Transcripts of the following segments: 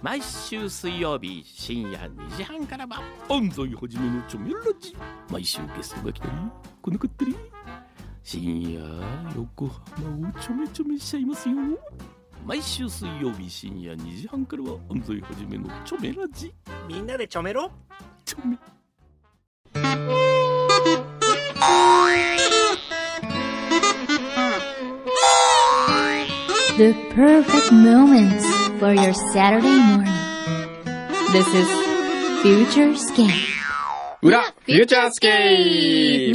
毎週水曜日深夜2時半からは安西はじめのチョメラジ。毎週ゲストが来たり来なかったり、深夜横浜をちょめちょめしちゃいますよ。毎週水曜日深夜2時半からは安西はじめのチョメラジ。 みんなでちょめろ。 チョメ The perfect moments for your Saturday morning. This is Futurescape. 裏フューチャースケープ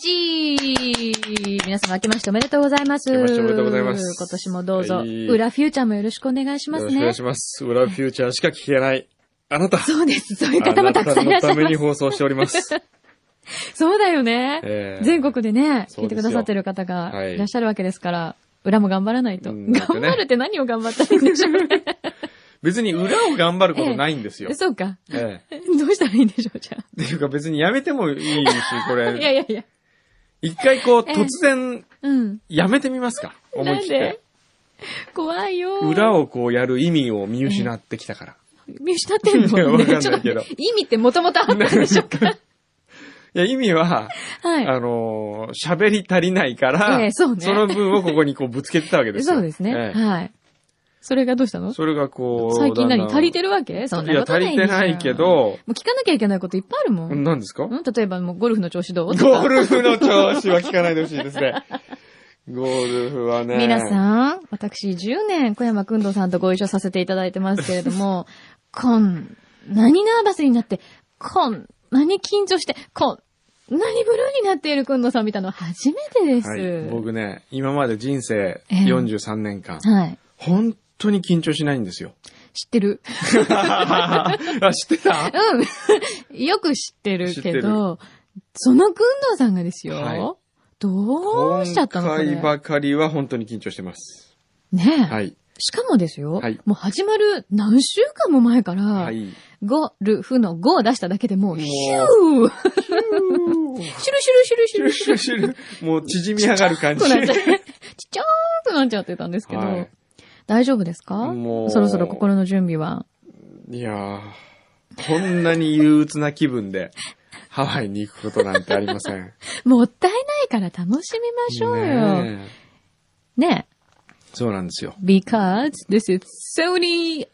2008! 皆様明けましておめでとうございます。 明けましておめでとうございます。 今年もどうぞ、 はい、 裏フューチャーもよろしくお願いしますね。 よろしくお願いします。裏フューチャーしか聞けない。あなた。 そうです。そういう方もたくさんいらっしゃいます。 あなたのために放送しております。 そうだよね、全国でね、聞いてくださってる方がいらっしゃるわけですから、裏も頑張らないと。頑張るって何を頑張ったらいいんでしょうね。 別に裏を頑張ることないんですよ。 そうか。どうしたらいいんでしょう、じゃあ。 っていうか別にやめてもいいし、これ。 いやいやいや。 一回こう、突然、やめてみますか、思い切って。 なんで怖いよ。 裏をこうやる意味を見失ってきたから。 見失ってんの？ わかんないけど。 意味ってもともとあったんでしょうか？ いや、意味は、喋り足りないから、その分をここにこうぶつけてたわけですよ。 そうですね。はい。それがどうしたの？ それがこう。 最近何足りてるわけ？そんなことないんですよ。 いや、足りてないけど。 もう聞かなきゃいけないこといっぱいあるもん。 何ですか？ 例えばもうゴルフの調子どう？ ゴルフの調子は聞かないでほしいですね。ゴルフはね。 皆さん、私10年小山くんどさんとご一緒させていただいてますけれども、何ナーバスになって、何緊張して、何ブルーになっているくんどさん見たの初めてです。 はい、僕ね、今まで人生43年間、本当に緊張しないんですよ。 知ってる。 あ、知ってた？ よく知ってるけど、そのくんどさんがですよ、どうしちゃったの？ 今回ばかりは本当に緊張してます。 ねえ。はい。しかもですよ、もう始まる何週間も前から、ゴルフの5を出しただけでもう、ヒューシュルシュルシュルシュル。 もう縮み上がる感じ。 ちっちゃーくなっちゃってたんですけど、大丈夫ですか？もうそろそろ心の準備は。 いやー、こんなに憂鬱な気分でハワイに行くことなんてありません。 もったいないから楽しみましょうよ。ねえ。 そうなんですよ。 Because this is Sony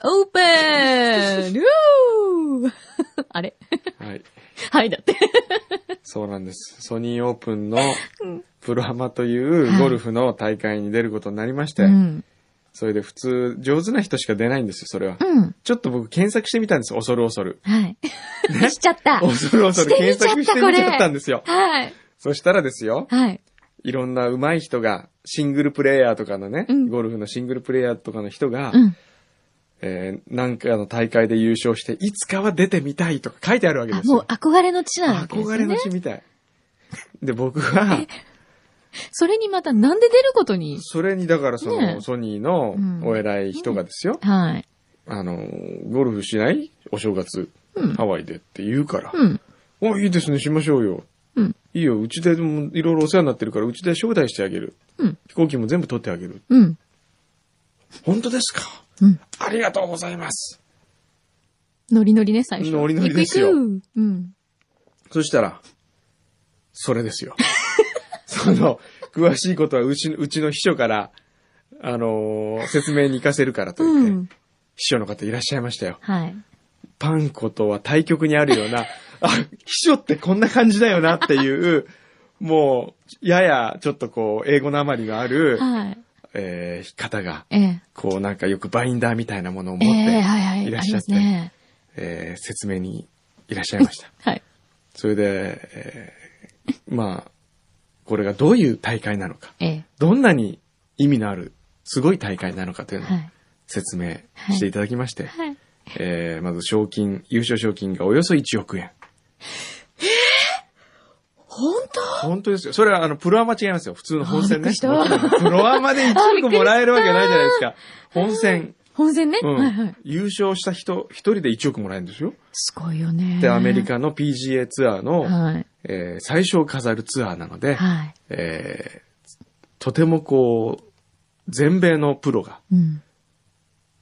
Open! あれ？はい。はいだって。 そうなんです。ソニーオープンのプロアマというゴルフの大会に出ることになりまして、それで普通上手な人しか出ないんですよ、それは。ちょっと僕検索してみたんですよ、恐る恐る。 はい。しちゃった。 恐る恐る検索してみちゃったんですよ。 はい。 そしたらですよ。 はい。 いろんな上手い人が、シングルプレイヤーとかのね、ゴルフのシングルプレイヤーとかの人が、なんかの大会で優勝して、いつかは出てみたいとか書いてあるわけですよ。 もう憧れの地なんですね。 憧れの地みたい。で、僕は、 それにまたなんで出ることに？ それにだからその、ソニーのお偉い人がですよ。 はい。 ゴルフしないお正月、ハワイでって言うから。いいですね、しましょうよ。いいよ、うちでもいろいろお世話になってるから、うちで招待してあげる。飛行機も全部取ってあげる。本当ですか？ありがとうございます。 ノリノリね、最初。 ノリノリですよ。そしたら、それですよ。詳しいことはうちの秘書から、説明に行かせるからと言って、秘書の方いらっしゃいましたよ。 はい。 パン粉とは対極にあるような、秘書ってこんな感じだよなっていう、もう、ややちょっとこう、英語なまりのある、方が、こうなんかよくバインダーみたいなものを持っていらっしゃって、説明にいらっしゃいました。 はい。 それで、まあ、これがどういう大会なのか、どんなに意味のあるすごい大会なのかというのを説明していただきまして、まず優勝賞金がおよそ1億円。本当ですよ。それはプロアマ違いますよ。普通の本戦ね。プロアマで1億もらえるわけないじゃないですか。本戦。 本戦ね。 優勝した人、一人で1億もらえるんですよ。 すごいよね。 で、アメリカの PGA ツアーの、最初を飾るツアーなので、とてもこう、全米のプロが、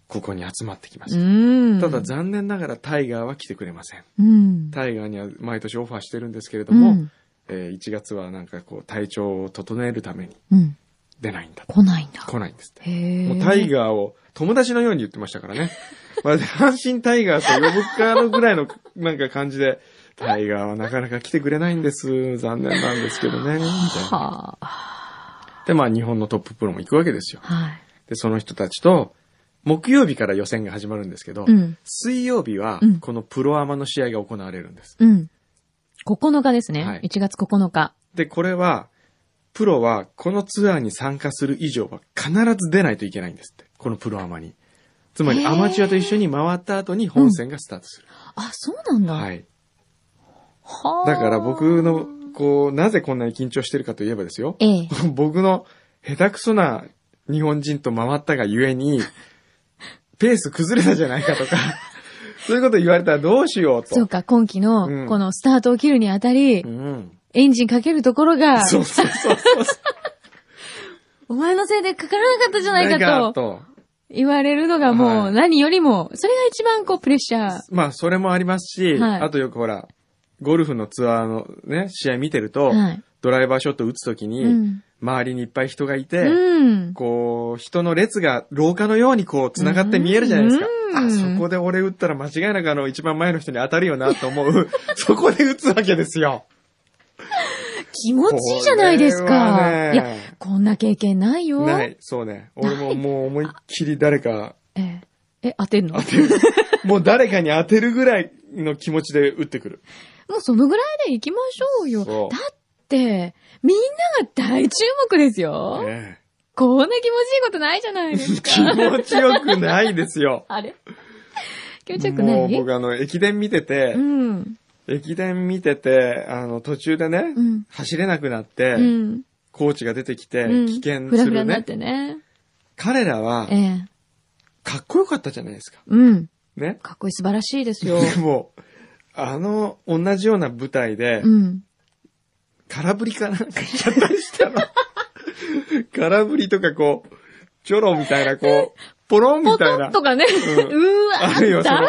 ここに集まってきまうした。 ん。 ただ残念ながらタイガーは来てくれません。 うん。 タイガーには毎年オファーしてるんですけれども、 うん 1月はなんかこう体調を整えるためにうん。 出ないんだ。 来ないんだ。 来ないんですって。 へえ。 もうタイガーを友達のように言ってましたからね。まるで阪神タイガースを呼ぶかのぐらいのなんか感じで、タイガーはなかなか来てくれないんです。残念なんですけどね。みたいな。 はあ。 で、まあ日本のトッププロも行くわけですよ。 はい。 で、その人たちと、木曜日から予選が始まるんですけど、 うん水曜日はうんこのプロアマの試合が行われるんです。 うん。9日ですね。 はい 1月9日。 で、これは、プロはこのツアーに参加する以上は必ず出ないといけないんですって。このプロアマに。つまりへーアマチュアと一緒に回った後に本戦がスタートする。 あ、そうなんだ。 はい。 はあ。 だから僕の、こう、なぜこんなに緊張してるかといえばですよ。 ええ。 僕の下手くそな日本人と回ったがゆえに、ペース崩れたじゃないかとか、そういうこと言われたらどうしようと。 そうか、今季のうん、 このスタートを切るにあたり、 うん。 エンジンかけるところが、 そうそうそうそう。 お前のせいでかからなかったじゃないかとと。 言われるのがもうはい何よりも、それが一番こうプレッシャー。 まあ、それもありますし、 はいあとよくほら、ゴルフのツアーのね、試合見てると、 はい。 ドライバーショット打つときに、 うん。 周りにいっぱい人がいて、 うん。 こう、人の列が廊下のようにこう、繋がって見えるじゃないですか。 うんあ、そこで俺打ったら間違いなく一番前の人に当たるよなと思う。そこで打つわけですよ。 気持ちいいじゃないですこれはか。 ねいや、こんな経験ないよ。 ない。そうね。俺ももう思いっきり誰かええ。当てんの当てる。もう誰かに当てるぐらいの気持ちで打ってくる。 もうそのぐらいで行きましょうよ。 そうだって、みんなが大注目ですよ。 ねこんな気持ちいいことないじゃないですか。 気持ちよくないですよ。 あれ気持ちよくないもう僕駅伝見てて、 うん。 駅伝見てて、途中でね、 うん。 走れなくなって、 うん。 コーチが出てきて、 うん。 危険フラするね。 フラになってね。 彼らはえ、え。 かっこよかったじゃないですか。 うん。 ね。 かっこいい素晴らしいですよ。 でも、同じような舞台で、 うん。 空振りかなんかしちゃったりしたの。空振りとかこう、チョロみたいなこう、ポロンみポトたいなッ。とかね。うわ、 あるよ、そのダ。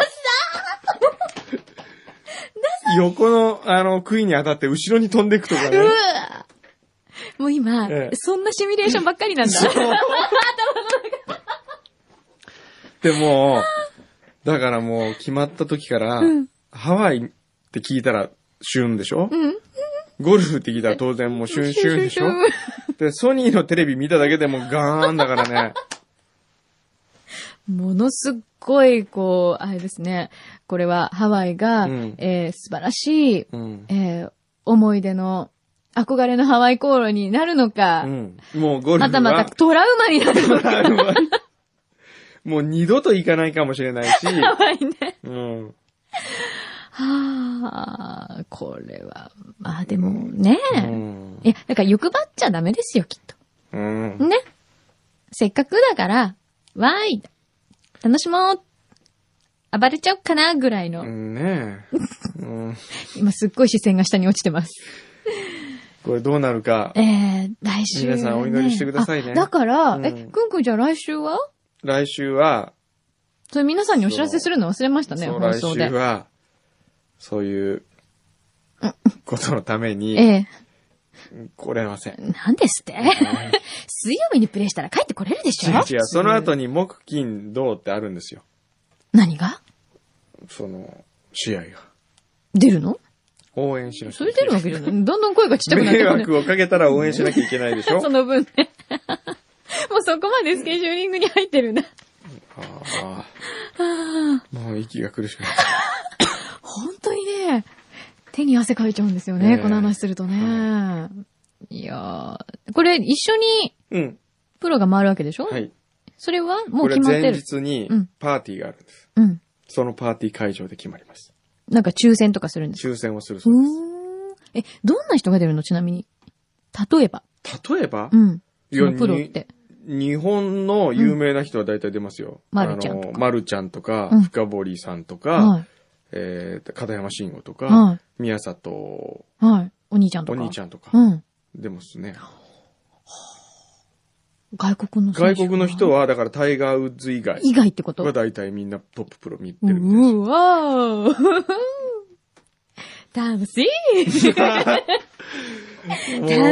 横の、杭に当たって後ろに飛んでいくとかね。 うわもう今、 ええそんなシミュレーションばっかりなんだ。 そうでも、だからもう決まった時から、 うんハワイって聞いたら旬でしょ、 うん。 ゴルフって聞いたら当然もう旬でしょで、ソニーのテレビ見ただけでもガーンだからね。 ものすっごい、こう、あれですね。これはハワイが、 うん素晴らしい、 うん。 思い出の、憧れのハワイ航路になるのか、 うん。もうゴルフは。 またまたトラウマになるのか。 もう二度と行かないかもしれないし。 ハワイね。 うん。 はあ、これは、まあでもね、 うん。 いや、だから欲張っちゃダメですよ、きっうんと。。ね。せっかくだから、わーい、楽しもう、暴れちゃおうかな、ぐらいの。 ねえ。うん。 今すっごい視線が下に落ちてます。 これどうなるか。 来週、 皆さんお祈りしてくださいねあだから、 うんくんくんじゃあ来週は来週は、 それ皆さんにお知らせするの忘れましたね、 そう、来放送で。 週は、そういうことのために、 え来れません。 え。なんですって水曜日にプレイしたら帰ってこれるでしょ違う、その後に木金土ってあるんですよ。 何が試合が。 出るの応援しなきゃそれ出るわけじゃない。どんどん声がちっちゃくなって迷くる。 惑をかけたら応援しなきゃいけないでしょその分ね。もうそこまでスケジューリングに入ってるんだ。 ああ。もう息が苦しくなっちゃ本当にね、手に汗かいちゃうんですよね、 ええこの話するとね。いやー、これ一緒にう。うん。 プロが回るわけでしょはい。 それはもうこれ前決まってる。 日にうんパーティーがあるんです。 うん。 そのパーティー会場で決まります。 なんか抽選とかするんですか抽選をするそうです。 どんな人が出るのちなみに。例えば。 例えば、 うん。 いやそのプロって。 日本の有名な人は大体出ますよ。 まるちゃんとかまるちゃんとか、 うん深堀さんとか、 は片山慎吾とか、 は宮里い。はい。お兄ちゃんとおか。 兄ちゃんとか、 うん。 出ますね。 外国の選手。 外国の人は、だからタイガー・ウッズ以外。 以外ってことが大体みんなトッププロ見てるんですよ。 うわー。楽しい。楽しいね。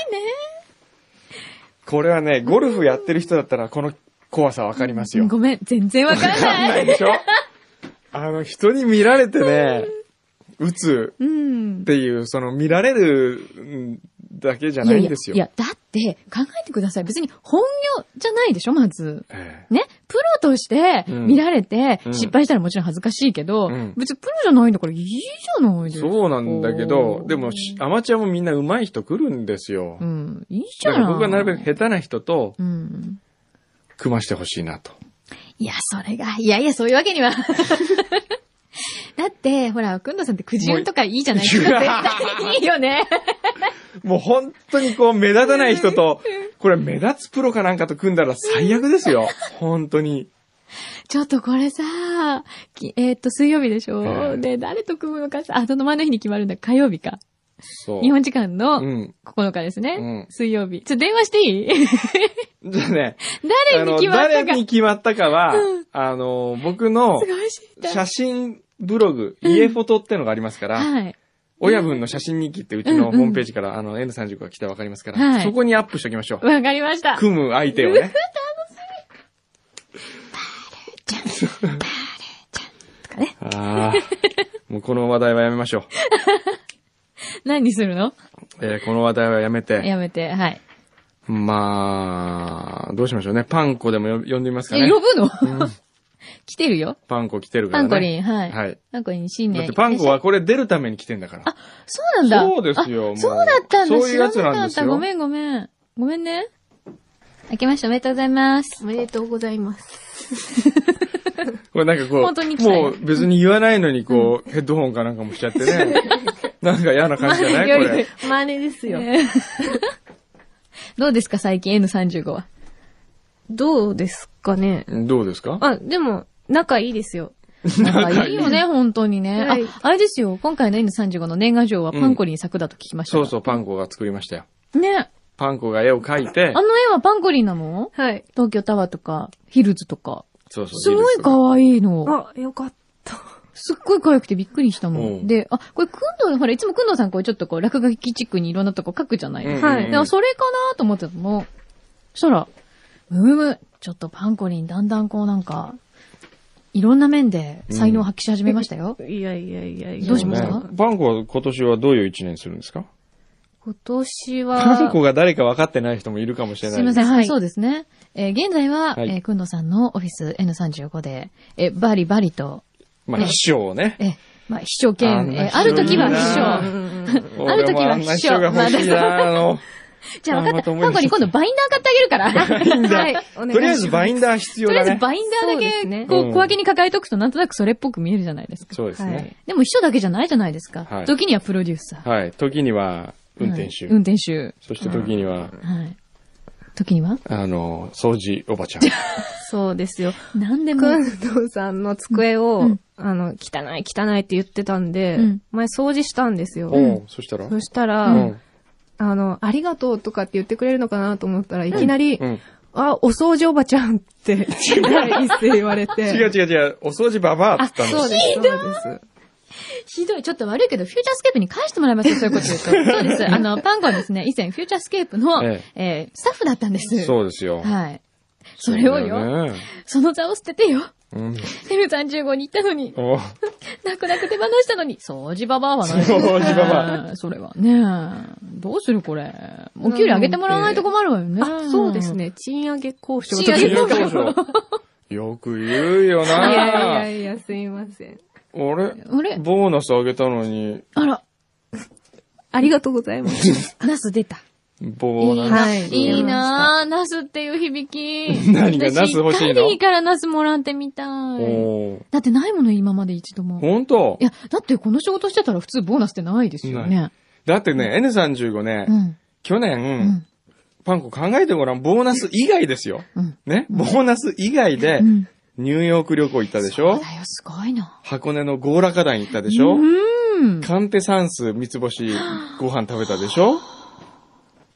これはね、ゴルフやってる人だったらこの怖さわかりますよ。 ごめん、全然わかんない。わかんないでしょ？人に見られてね、打つっていう、その見られるだけじゃないんですよ。 いや、だって考えてください。別に本業じゃないでしょ、まず。ね、プロとして見られて、失敗したらもちろん恥ずかしいけど、別にプロじゃないんだからいいじゃないですか。 そうなんだけど、でもアマチュアもみんな上手い人来るんですよ。 いいじゃない。 だから僕はなるべく下手な人と組ましてほしいなと。 いや、それが、いや、そういうわけには。だって、ほら、くんどさんってくじ運とかいいじゃないですか。絶対いいよね。 もう本当にこう目立たない人と、これ目立つプロかなんかと組んだら最悪ですよ。本当に。 ちょっとこれさ、水曜日でしょ、で、誰と組むのかさ、その前の日に決まるんだ。火曜日か。 そう。 日本時間の9日ですね。水曜日。電話していい？ じゃあね。 誰に決まったか。 誰に決まったかは、僕の写真ブログ、家フォトってのがありますから、はい。親分の写真日記ってうちのホームページから、N35 が来たらわかりますから、そこにアップしときましょう。 わかりました。 組む相手をね。楽しみ。バレちゃん。とかね。ああ。もうこの話題はやめましょう。 何するの？ この話題はやめて。 やめて、はい。 まあ、どうしましょうね。パンコでも呼んでみますかね。 呼ぶの？来てるよ。 パンコ来てるからね。 パンコリン、はい。 はい。 パンコリン新年。 だってパンコはこれ出るために来てんだから。 あ、そうなんだ。 そうですよ。もうそうだったんだ。 そういうやつなんですよ。 ごめん。ごめんね。明けましておめでとうございます。 おめでとうございます。 これなんかこう、 本当に来たよ。 もう別に言わないのにこう、ヘッドホンかなんかもしちゃってね。なんか嫌な感じじゃないこれ。 真似ですよ。 どうですか最近 N35 は。 どうですかね。 どうですか？ でも、仲いいですよ。 仲いいよね、本当にね。 はい、 あれですよ、今回の N35 の年賀状はパンコリン作だと聞きました。 そう、パンコが作りましたよ。 ね。 パンコが絵を描いて。 あの絵はパンコリンなの？ はい。 東京タワーとか、ヒルズとか。 そう。 すごい可愛いの。 よかった。 すっごい可愛くてびっくりしたもん。で、これ、ほら、いつもくんどうさんちょっと落書きチックにいろんなとこ書くじゃないですか。 はい。 でもそれかなと思ってたの。そしたら、ちょっとパンコリンだんだんなんか、いろんな面で才能を発揮し始めましたよ。 いや。 どうしますか？ パンコは今年はどういう一年するんですか？ 今年は。 パンコが誰か分かってない人もいるかもしれない。 すいません。はい、そうですね。現在は、くんどさんのオフィス N35 で、バリバリと。 まあ、秘書をね。 まあ、秘書兼、ある時は秘書。ある時は秘書。 秘書が欲しいなじゃあ分かった。パンコに今度バインダー買ってあげるから。 バインダー。とりあえずバインダー必要だね。 とりあえずバインダーだけ、小分けに抱えとくとなんとなくそれっぽく見えるじゃないですか。 そうですね。 でも秘書だけじゃないじゃないですか。時にはプロデューサー。 はい。時には運転手。 運転手。 そして時には。はい。 時には掃除おばちゃん。 そうですよ。 なんでも。 くんどうさんの机を、汚いって言ってたんで、前掃除したんですよ。 そしたら、ありがとうとかって言ってくれるのかなと思ったら、いきなり、お掃除おばちゃんって、一斉言われて。 違う、お掃除ババアって言ったんです。 そうです。 ひどい。ちょっと悪いけど、フューチャースケープに返してもらいますよ、そういうこと言うと。そうです。パンコはですね、以前、フューチャースケープの、スタッフだったんです。 そうですよ。 はい。それをよ、その座を捨ててよ。N35 に行ったのに、泣く手放したのに、掃除ババアはない。 掃除ババア。 それはね、どうするこれ。お給料上げてもらわないと困るわよね。 そうですね。賃上げ交渉。 よく言うよな。 いや、すいません。 あれボーナス上げたのに。 あら。 ありがとうございます。 ナス出た。 ボーナス。いいなぁ。ナスっていう響き。 何がナス欲しいの？ ダディからナスもらってみたい。だってないもの今まで一度も。 本当？ いや、だってこの仕事してたら普通ボーナスってないですよね。 だってね、N35 ね、去年、パンコ考えてごらん、ボーナス以外ですよ。ね、ボーナス以外で、ニューヨーク旅行行ったでしょ？ そうだよ、すごいな。 箱根のゴーラカ団行ったでしょ？カンテサンス三つ星ご飯食べたでしょ？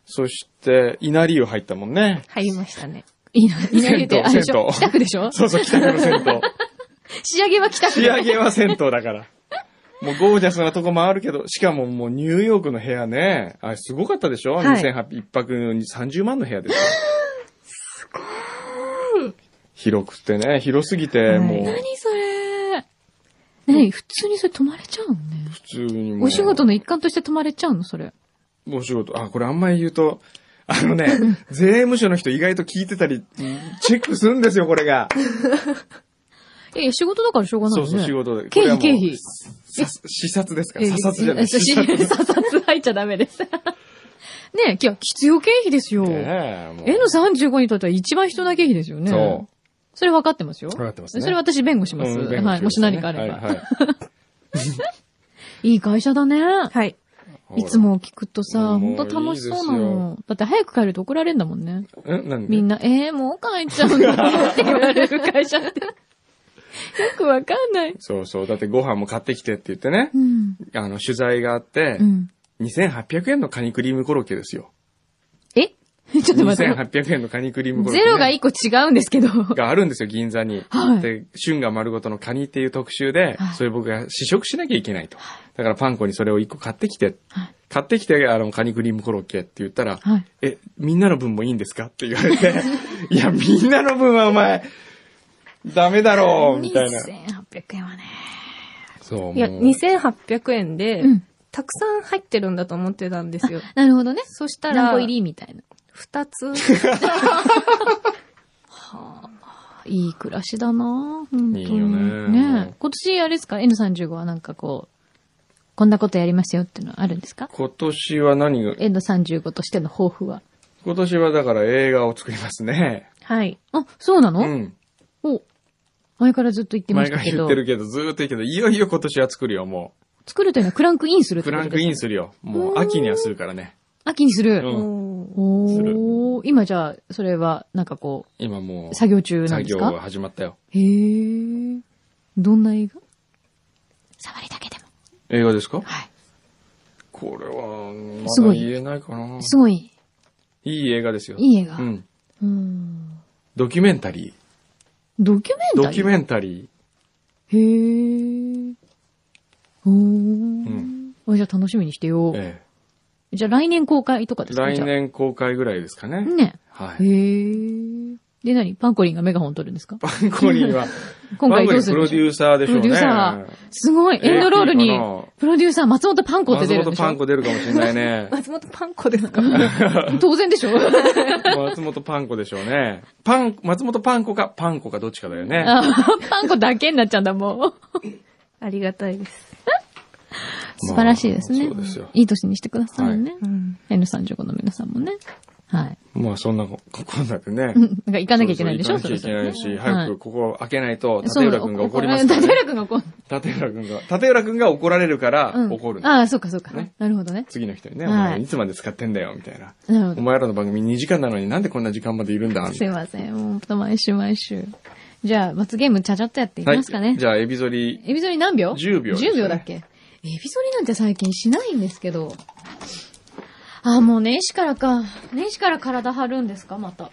そして、稲荷湯入ったもんね。 入りましたね。 稲荷って、あれでしょ？北区でしょ？ そうそう、北区の銭湯。 仕上げは北区。 仕上げは銭湯だから。もうゴージャスなとこもあるけど、しかももうニューヨークの部屋ね、あれすごかったでしょ？はい、2800、一泊に30万の部屋ですよ。 すごい。 広くてね、広すぎて、もう。 何それ。何普通にそれ泊まれちゃうのね。 普通にもう。 お仕事の一環として泊まれちゃうのそれ。 お仕事、これあんまり言うと、税務署の人意外と聞いてたり、チェックするんですよ、これが。 仕事だからしょうがないよね。 そうそう、仕事で。 経費。 視察ですから、査察じゃない。 査察入っちゃダメです。ねえ、必要経費ですよ。N35 にとっては一番必要な経費ですよね。そう。それ分かってますよ。 分かってますね。 それ私弁護します。はい。もし何かあれば。いい会社だね。 はい。 いつも聞くとさ、ほんと楽しそうなの。だって早く帰ると怒られるんだもんね。 なんでみんな、もう帰っちゃうのって言われる会社って。よくわかんない。 そうそう。だってご飯も買ってきてって言ってね。取材があって、2800円のカニクリームコロッケですよ。 ちょっと待って。 2800円のカニクリームコロッケ、 ゼロが1個違うんですけど。 があるんですよ、銀座に。 はい。 で、春が丸ごとのカニっていう特集で、それ僕が試食しなきゃいけないと。だからパン粉にそれを1個買ってきて、買ってきて、カニクリームコロッケって言ったら、みんなの分もいいんですかって言われて、いや、みんなの分はお前、ダメだろうみたいな。 2800円はね。 そう。 いや、2800円で、たくさん入ってるんだと思ってたんですよ。 なるほどね。 そしたら、 何個入りみたいな。 2つ。 いい暮らしだなぁ。 いいよね。 ねえ。今年あれですか ?N35 はなんかこんなことやりますよっていうのはあるんですか？ 今年は何が N35 としての抱負は。 今年はだから映画を作りますね。 はい。 そうなの？前からずっと言ってましたけど。 前から言ってるけど、ずーっと言うけど、いよいよ今年は作るよ、もう。作るというのはクランクインするってことですか？ クランクインするよ。もう秋にはするからね。 秋にする。今じゃあ、それは、なんか今もう、 作業中なんですか？ 作業が始まったよ。 へー。どんな映画？触りだけでも。 映画ですか？ はい。 これは、まだ言えないかな。 すごい。 いい映画ですよ。 いい映画。 ドキュメンタリー。 ドキュメンタリー？ ドキュメンタリー。へー。じゃあ楽しみにしてよ。じゃあ来年公開とかですか？ 来年公開ぐらいですかね。 ね。 はい。 へー。で、パンコリンがメガホン取るんですか？ パンコリンは、 今回どうするプロデューサーでしょうね。 プロデューサー。すごい。エンドロールに、プロデューサー、松本パンコって出るんでしょ？ 松本パンコ出るかもしれないね。 松本パンコですか？ 当然でしょ？ 松本パンコでしょうね。松本パンコかパンコかどっちかだよね。 パンコだけになっちゃうんだ、もう。 ありがたいです。 素晴らしいですね。 そうですよ。 いい年にしてくださいね。N35 の皆さんもね。はい。 まあそんなこんなでね。 なんか行かなきゃいけないでしょ？ 行かなきゃいけないし、早くここ開けないと、立浦くんが怒りますからね。 立浦くんが怒る。 立浦くんが怒られるから怒る。 ああ、そうかそうか。なるほどね。 次の人にね、お前いつまで使ってんだよ、みたいな。お前らの番組2時間なのになんでこんな時間までいるんだ。 すいません。ほんと毎週。じゃあ、罰ゲームちゃちゃっとやっていきますかね。 じゃあ、エビゾリ。 エビゾリ何秒 ?10 秒。 10秒だっけ？エビゾリなんて最近しないんですけど。もう年始からか。年始から体張るんですかまた。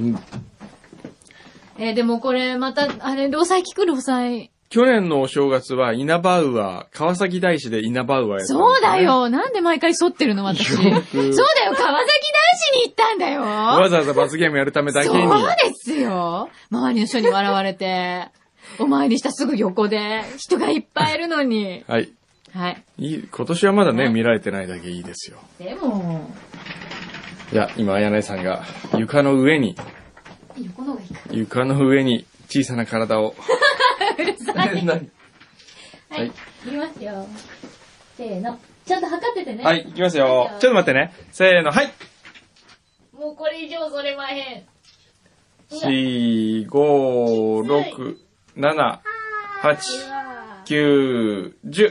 でもこれまた、労災聞く労災。 去年のお正月はイナバウアー、川崎大師でイナバウアーやったんですね。 そうだよ。なんで毎回反ってるの私。そうだよ。川崎大師に行ったんだよ。 わざわざ罰ゲームやるためだけに。 そうですよ。周りの人に笑われて、お参りしたすぐ横で人がいっぱいいるのに。 はい。 はい。 今年はまだね、見られてないだけいいですよ。 でも。 いや、今、あやねさんが床の上に、床の上に小さな体を。 うるさい。はい。いきますよ。せーの。ちゃんと測っててね。 はい、いきますよ。ちょっと待ってね。せーの、はい。 もうこれ以上それまへん。 4、5、6、7、8、9、10。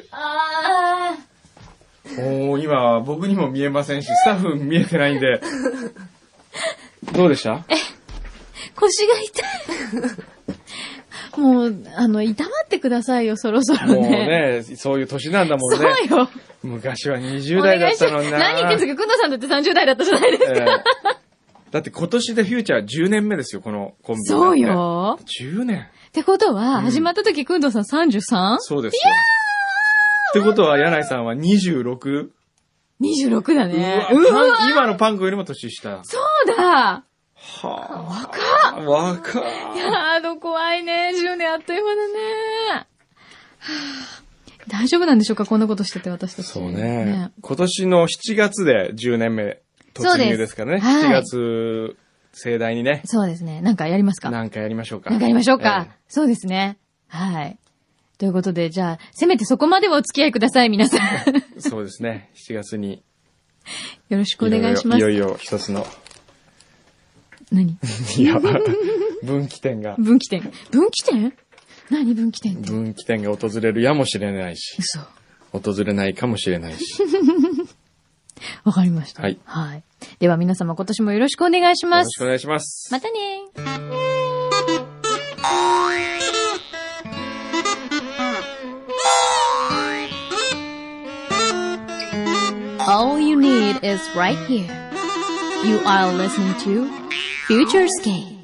今、僕にも見えませんし、スタッフ見えてないんで。どうでした？ 腰が痛い。 もう、炒まってくださいよ、そろそろね。 もうね、そういう年なんだもんね。 そうよ。 昔は20代だったのにな。 何言ってんですか、くんどさんだって30代だったじゃないですか。 だって今年でフューチャー10年目ですよ、このコンビ。 そうよ。 10年。 ってことは、始まった時、くんどさん 33？ そうですよ。ってことは、柳井さんは 26？ 26だね。 今のパンクよりも年下。 そうだ。 はぁ。 若っ。 いやー、怖いね。10年あっという間だね。大丈夫なんでしょうか、こんなことしてて私たち。 そうね。今年の7月で10年目突入ですからね。7月盛大にね。 そうですね。なんかやりますか？ なんかやりましょうか。 なんかやりましょうか。そうですね。はい。ということで、じゃあ、せめてそこまではお付き合いください、皆さん。 そうですね。7月に。 よろしくお願いします。 いよいよ一つの。 何？ いや、分岐点が。 分岐点？分岐点？何分岐点って？ 分岐点が訪れるやもしれないし。 嘘。 訪れないかもしれないし。 わかりました。 はい。 はい。では皆様今年もよろしくお願いします。 よろしくお願いします。 またね。All you need is right here. You are listening to Futurescape.